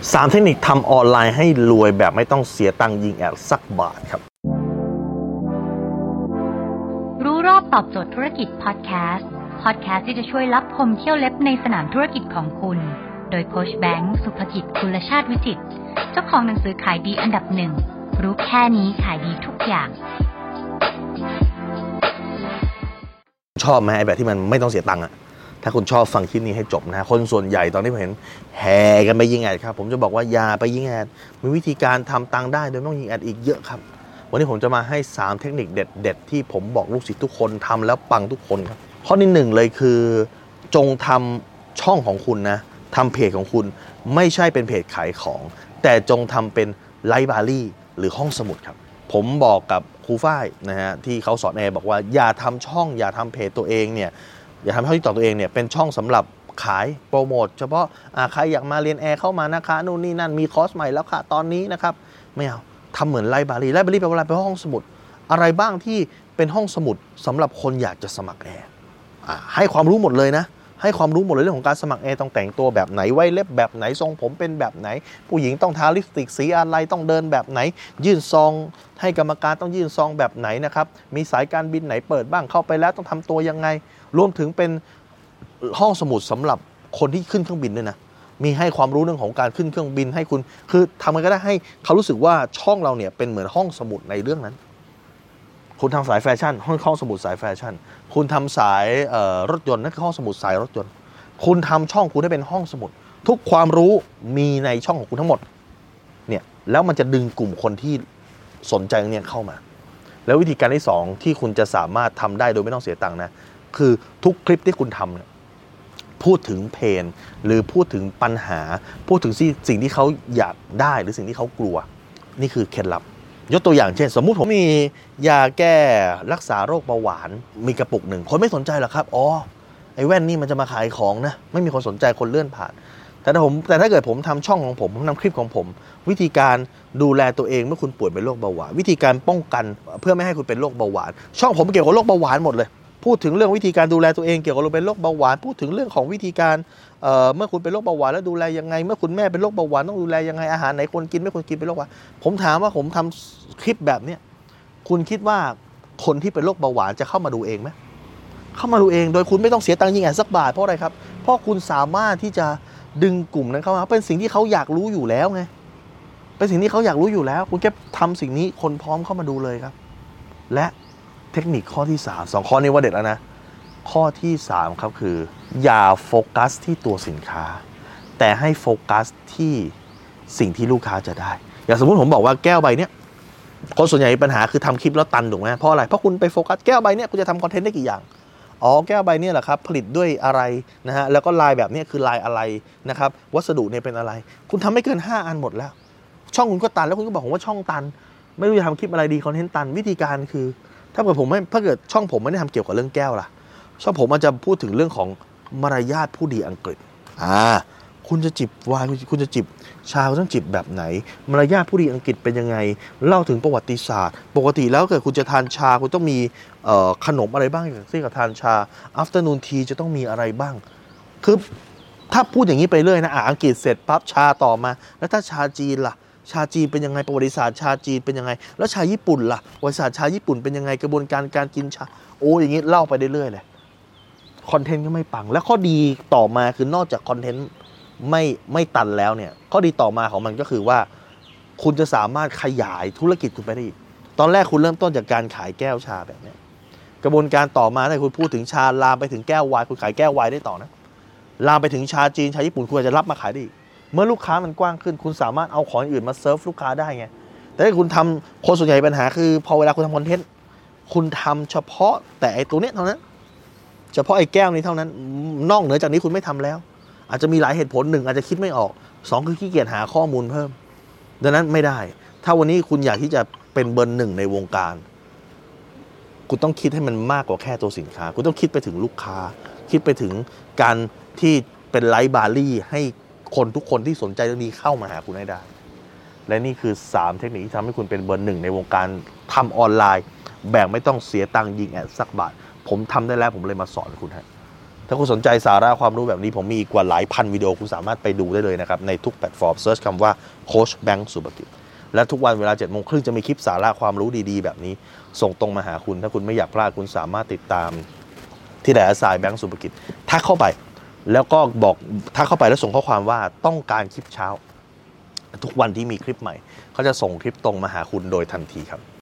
3 เทคนิคทำออนไลน์ให้รวยแบบไม่ต้องเสียตังค์ยิงแอดสักบาทครับรู้รอบตอบโจทย์ธุรกิจพอดแคสต์ที่จะช่วยลับคมเที่ยวเล็บในสนามธุรกิจของคุณโดยโค้ชแบงค์สุภกิจกุลชาติวิจิตรเจ้าของหนังสือขายดีอันดับ1รู้แค่นี้ขายดีทุกอย่างชอบไหมไอ้แบบที่มันไม่ต้องเสียตังค์อะถ้าคุณชอบฟังคลิปนี้ให้จบนะคนส่วนใหญ่ตอนนี้ผมเห็นแห่กันไปยิงแอดครับผมจะบอกว่าอย่าไปยิงแอดมีวิธีการทำตังค์ได้โดยไม่ต้องยิงแอดอีกเยอะครับวันนี้ผมจะมาให้3เทคนิคเด็ดๆที่ผมบอกลูกศิษย์ทุกคนทำแล้วปังทุกคนครับข้อที่1เลยคือจงทำช่องของคุณนะทำเพจของคุณไม่ใช่เป็นเพจขายของแต่จงทำเป็นไลบรารีหรือห้องสมุดครับผมบอกกับครูฝ้ายนะฮะที่เขาสอนแอร์บอกว่าอย่าทำช่องอย่าทำเพจตัวเองเนี่ยอย่าทำช่องที่ต่อตัวเองเนี่ยเป็นช่องสำหรับขายโปรโมทเฉพาะใครอยากมาเรียนแอร์เข้ามานะคะนู่นนี่นั่นมีคอร์สใหม่แล้วค่ะตอนนี้นะครับไม่เอาทำเหมือนไลบรารีแปลว่าอะไรเป็นห้องสมุดอะไรบ้างที่เป็นห้องสมุดสำหรับคนอยากจะสมัครแอร์ให้ความรู้หมดเลยนะให้ความรู้หมดเลยเรื่องของการสมัครแอร์ต้องแต่งตัวแบบไหนไว้เล็บแบบไหนทรงผมเป็นแบบไหนผู้หญิงต้องทาลิปสติกสีอะไรต้องเดินแบบไหนยื่นซองให้กรรมการต้องยื่นซองแบบไหนนะครับมีสายการบินไหนเปิดบ้างเข้าไปแล้วต้องทำตัวยังไงรวมถึงเป็นห้องสมุดสำหรับคนที่ขึ้นเครื่องบินด้วยนะมีให้ความรู้เรื่องของการขึ้นเครื่องบินให้คุณคือทำมันก็ได้ให้เขารู้สึกว่าช่องเราเนี่ยเป็นเหมือนห้องสมุดในเรื่องนั้นคุณทำสายแฟชั่นห้องสมุดสายแฟชั่นคุณทำสายรถยนต์นั่นคือห้องสมุดสายรถยนต์คุณทำช่องคุณให้เป็นห้องสมุดทุกความรู้มีในช่องของคุณทั้งหมดเนี่ยแล้วมันจะดึงกลุ่มคนที่สนใจเนี่ยเข้ามาแล้ววิธีการที่2ที่คุณจะสามารถทำได้โดยไม่ต้องเสียตังค์นะคือทุกคลิปที่คุณทำเนี่ยพูดถึงเพนหรือพูดถึงปัญหาพูดถึงสิ่งที่เขาอยากได้หรือสิ่งที่เขากลัวนี่คือเคล็ดลับยกตัวอย่างเช่นสมมุติผมมียาแก้รักษาโรคเบาหวานมีกระปุกหนึ่งคนไม่สนใจหรอกครับอ๋อไอ้แว่นนี่มันจะมาขายของนะไม่มีคนสนใจคนเลื่อนผ่านแต่ถ้าเกิดผมทำช่องของผมทำคลิปของผมวิธีการดูแลตัวเองเมื่อคุณป่วยเป็นโรคเบาหวานวิธีการป้องกันเพื่อไม่ให้คุณเป็นโรคเบาหวานช่องผมเกี่ยวกับโรคเบาหวานหมดเลยพูดถึงเรื่องวิธีการดูแลตัวเองเกี่ยวกับเป็นโรคเบาหวานพูดถึงเรื่องของวิธีการเมื่อคุณเป็นโรคเบาหวานแล้วดูแลยังไงเมื่อคุณแม่เป็นโรคเบาหวานต้องดูแลยังไงอาหารไหนควรกินไม่ควรกินเป็นโรคเบาหวานผมถามว่าผมทำคลิปแบบนี้คุณคิดว่าคนที่เป็นโรคเบาหวานจะเข้ามาดูเองไหมเข้ามาดูเองโดยคุณไม่ต้องเสียตังค์ยิงแอดสักบาทเพราะอะไรครับเพราะคุณสามารถที่จะดึงกลุ่มนั้นเข้ามาเป็นสิ่งที่เขาอยากรู้อยู่แล้วไงเป็นสิ่งที่เขาอยากรู้อยู่แล้วคุณแค่ทำสิ่งนี้คนพร้อมเข้ามาดูเลยครับและเทคนิคข้อที่3 2ข้อนี้ว่าเด็ดแล้วนะข้อที่3ครับคืออย่าโฟกัสที่ตัวสินค้าแต่ให้โฟกัสที่สิ่งที่ลูกค้าจะได้อย่างสมมุติผมบอกว่าแก้วใบเนี้ยคนส่วนใหญ่มีปัญหาคือทำคลิปแล้วตันถูกไหมเพราะอะไรเพราะคุณไปโฟกัสแก้วใบเนี้ยคุณจะทำคอนเทนต์ได้กี่อย่างอ๋อแก้วใบนี้แหละครับผลิตด้วยอะไรนะฮะแล้วก็ลายแบบนี้คือลายอะไรนะครับวัสดุเนี่ยเป็นอะไรคุณทำไม่เกิน5อันหมดแล้วช่องคุณก็ตันแล้วคุณก็บอกผมว่าช่องตันไม่รู้จะทำคลิปอะไรดีคอนเทนต์ตันวิธีการคือถ้าเกิดช่องผมไม่ได้ทำเกี่ยวกับเรื่องแก้วล่ะช่องผมมันจะพูดถึงเรื่องของมารยาทผู้ดีอังกฤษคุณจะจิบไวน์คุณจะจิบชาคุณต้องจิบแบบไหนมารยาทผู้ดีอังกฤษเป็นยังไงเล่าถึงประวัติศาสตร์ปกติแล้วเกิดคุณจะทานชาคุณต้องมีขนมอะไรบ้างที่กับทานชา afternoon tea จะต้องมีอะไรบ้างคือถ้าพูดอย่างนี้ไปเรื่อยนะอังกฤษเสร็จปั๊บชาต่อมาแล้วถ้าชาจีนล่ะชาจีนเป็นยังไงประวัติศาสตร์ชาจีนเป็นยังไงแล้วชาญี่ปุ่นล่ะประวัติศาสตร์ชาญี่ปุ่นเป็นยังไงกระบวนการการกินชาโอ้อย่างนี้เล่าไปเรื่อยๆเลยคอนเทนต์ก็ไม่ปังแล้วข้อดีต่อมาคือนอกจากคอนเทนต์ไม่ตันแล้วเนี่ยข้อดีต่อมาของมันก็คือว่าคุณจะสามารถขยายธุรกิจคุณไปได้อีกตอนแรกคุณเริ่มต้นจากการขายแก้วชาแบบนี้กระบวนการต่อมาถ้าคุณพูดถึงชาลามไปถึงแก้วไวน์คุณขายแก้วไวน์ได้ต่อนะลามไปถึงชาจีนชาญี่ปุ่นคุณอาจจะรับมาขายได้อีกเมื่อลูกค้ามันกว้างขึ้นคุณสามารถเอาของอื่นมาเซิร์ฟลูกค้าได้ไงแต่ถ้าคุณทำคนส่วนใหญ่ปัญหาคือพอเวลาคุณทำคอนเทนต์คุณทำเฉพาะแต่ไอ้ตัวเนี้ยเท่านั้นเฉพาะไอ้แก้วนี้เท่านั้นนอกเหนือจากนี้คุณไม่ทำแล้วอาจจะมีหลายเหตุผล1อาจจะคิดไม่ออก2คือขี้เกียจหาข้อมูลเพิ่มดังนั้นไม่ได้ถ้าวันนี้คุณอยากที่จะเป็นเบอร์1ในวงการคุณต้องคิดให้มันมากกว่าแค่ตัวสินค้าคุณต้องคิดไปถึงลูกค้าคิดไปถึงการที่เป็นไลฟ์บาร์รี่ให้คนทุกคนที่สนใจเรื่องนี้เข้ามาหาคุณให้ได้และนี่คือ3เทคนิคที่ทำให้คุณเป็นเบอร์1ในวงการทำออนไลน์แบบไม่ต้องเสียตังค์ยิงแอดสักบาทผมทำได้แล้วผมเลยมาสอนคุณฮะถ้าคุณสนใจสาระความรู้แบบนี้ผมมีอีกกว่าหลายพันวิดีโอคุณสามารถไปดูได้เลยนะครับในทุกแพลตฟอร์มเซิร์ชคำว่าโค้ชแบงค์สุภกิจและทุกวันเวลา 7:30 นจะมีคลิปสาระความรู้ดีๆแบบนี้ส่งตรงมาหาคุณถ้าคุณไม่อยากพลาดคุณสามารถติดตามที่@แบงค์สุภกิจทักเข้าไปแล้วก็บอกทักเข้าไปแล้วส่งข้อความว่าต้องการคลิปเช้าทุกวันที่มีคลิปใหม่เขาจะส่งคลิปตรงมาหาคุณโดยทันทีครับ